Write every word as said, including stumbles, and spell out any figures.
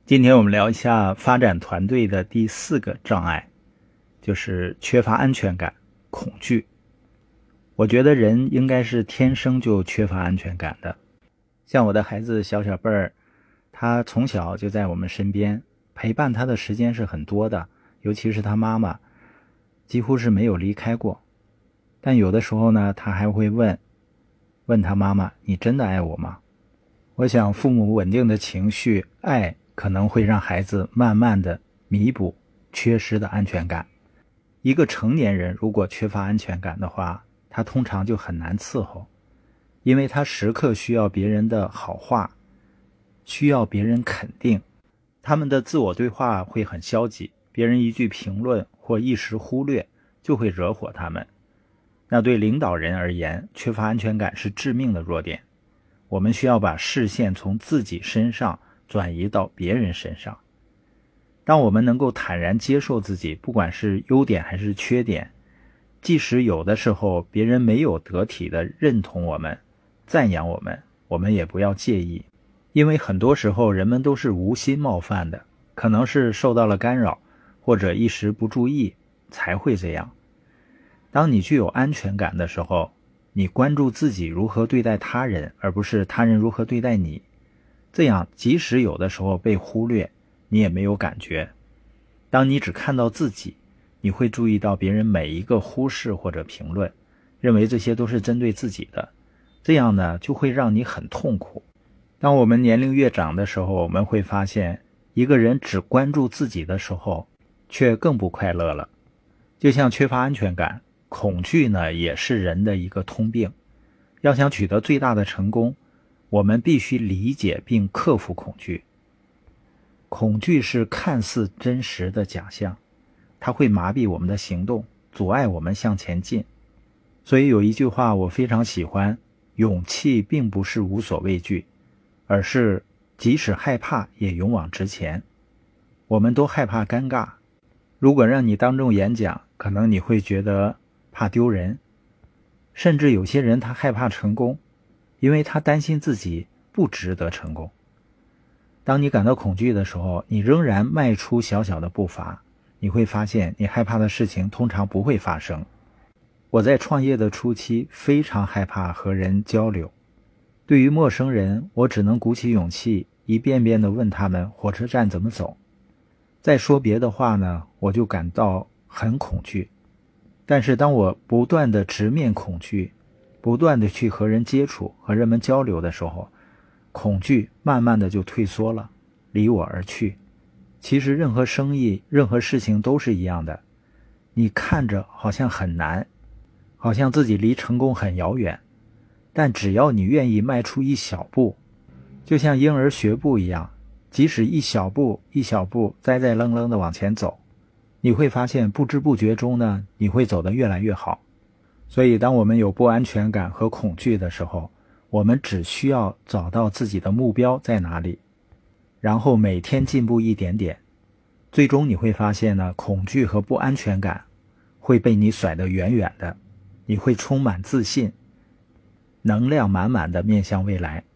今天我们聊一下发展团队的第四个障碍，就是缺乏安全感、恐惧。我觉得人应该是天生就缺乏安全感的。像我的孩子小小贝儿，他从小就在我们身边，陪伴他的时间是很多的，尤其是他妈妈，几乎是没有离开过。但有的时候呢，他还会问，问他妈妈：“你真的爱我吗？”我想父母稳定的情绪、爱可能会让孩子慢慢的弥补缺失的安全感。一个成年人如果缺乏安全感的话，他通常就很难伺候，因为他时刻需要别人的好话，需要别人肯定，他们的自我对话会很消极，别人一句评论或一时忽略就会惹火他们。那对领导人而言，缺乏安全感是致命的弱点。我们需要把视线从自己身上转移到别人身上。当我们能够坦然接受自己，不管是优点还是缺点，即使有的时候别人没有得体的认同我们、赞扬我们，我们也不要介意，因为很多时候人们都是无心冒犯的，可能是受到了干扰，或者一时不注意才会这样。当你具有安全感的时候，你关注自己如何对待他人，而不是他人如何对待你。这样即使有的时候被忽略，你也没有感觉。当你只看到自己，你会注意到别人每一个忽视或者评论，认为这些都是针对自己的，这样呢就会让你很痛苦。当我们年龄越长的时候，我们会发现一个人只关注自己的时候却更不快乐了。就像缺乏安全感，恐惧呢也是人的一个通病。要想取得最大的成功，我们必须理解并克服恐惧。恐惧是看似真实的假象，它会麻痹我们的行动，阻碍我们向前进。所以有一句话我非常喜欢，勇气并不是无所畏惧，而是即使害怕也勇往直前。我们都害怕尴尬，如果让你当众演讲，可能你会觉得怕丢人，甚至有些人他害怕成功，因为他担心自己不值得成功。当你感到恐惧的时候，你仍然迈出小小的步伐，你会发现你害怕的事情通常不会发生。我在创业的初期非常害怕和人交流，对于陌生人，我只能鼓起勇气一遍遍地问他们火车站怎么走。再说别的话呢，我就感到很恐惧。但是当我不断地直面恐惧，不断地去和人接触、和人们交流的时候，恐惧慢慢的就退缩了，离我而去。其实任何生意、任何事情都是一样的，你看着好像很难，好像自己离成功很遥远，但只要你愿意迈出一小步，就像婴儿学步一样，即使一小步一小步栽栽愣愣的往前走，你会发现不知不觉中呢，你会走得越来越好。所以当我们有不安全感和恐惧的时候，我们只需要找到自己的目标在哪里，然后每天进步一点点，最终你会发现呢，恐惧和不安全感会被你甩得远远的，你会充满自信，能量满满的面向未来。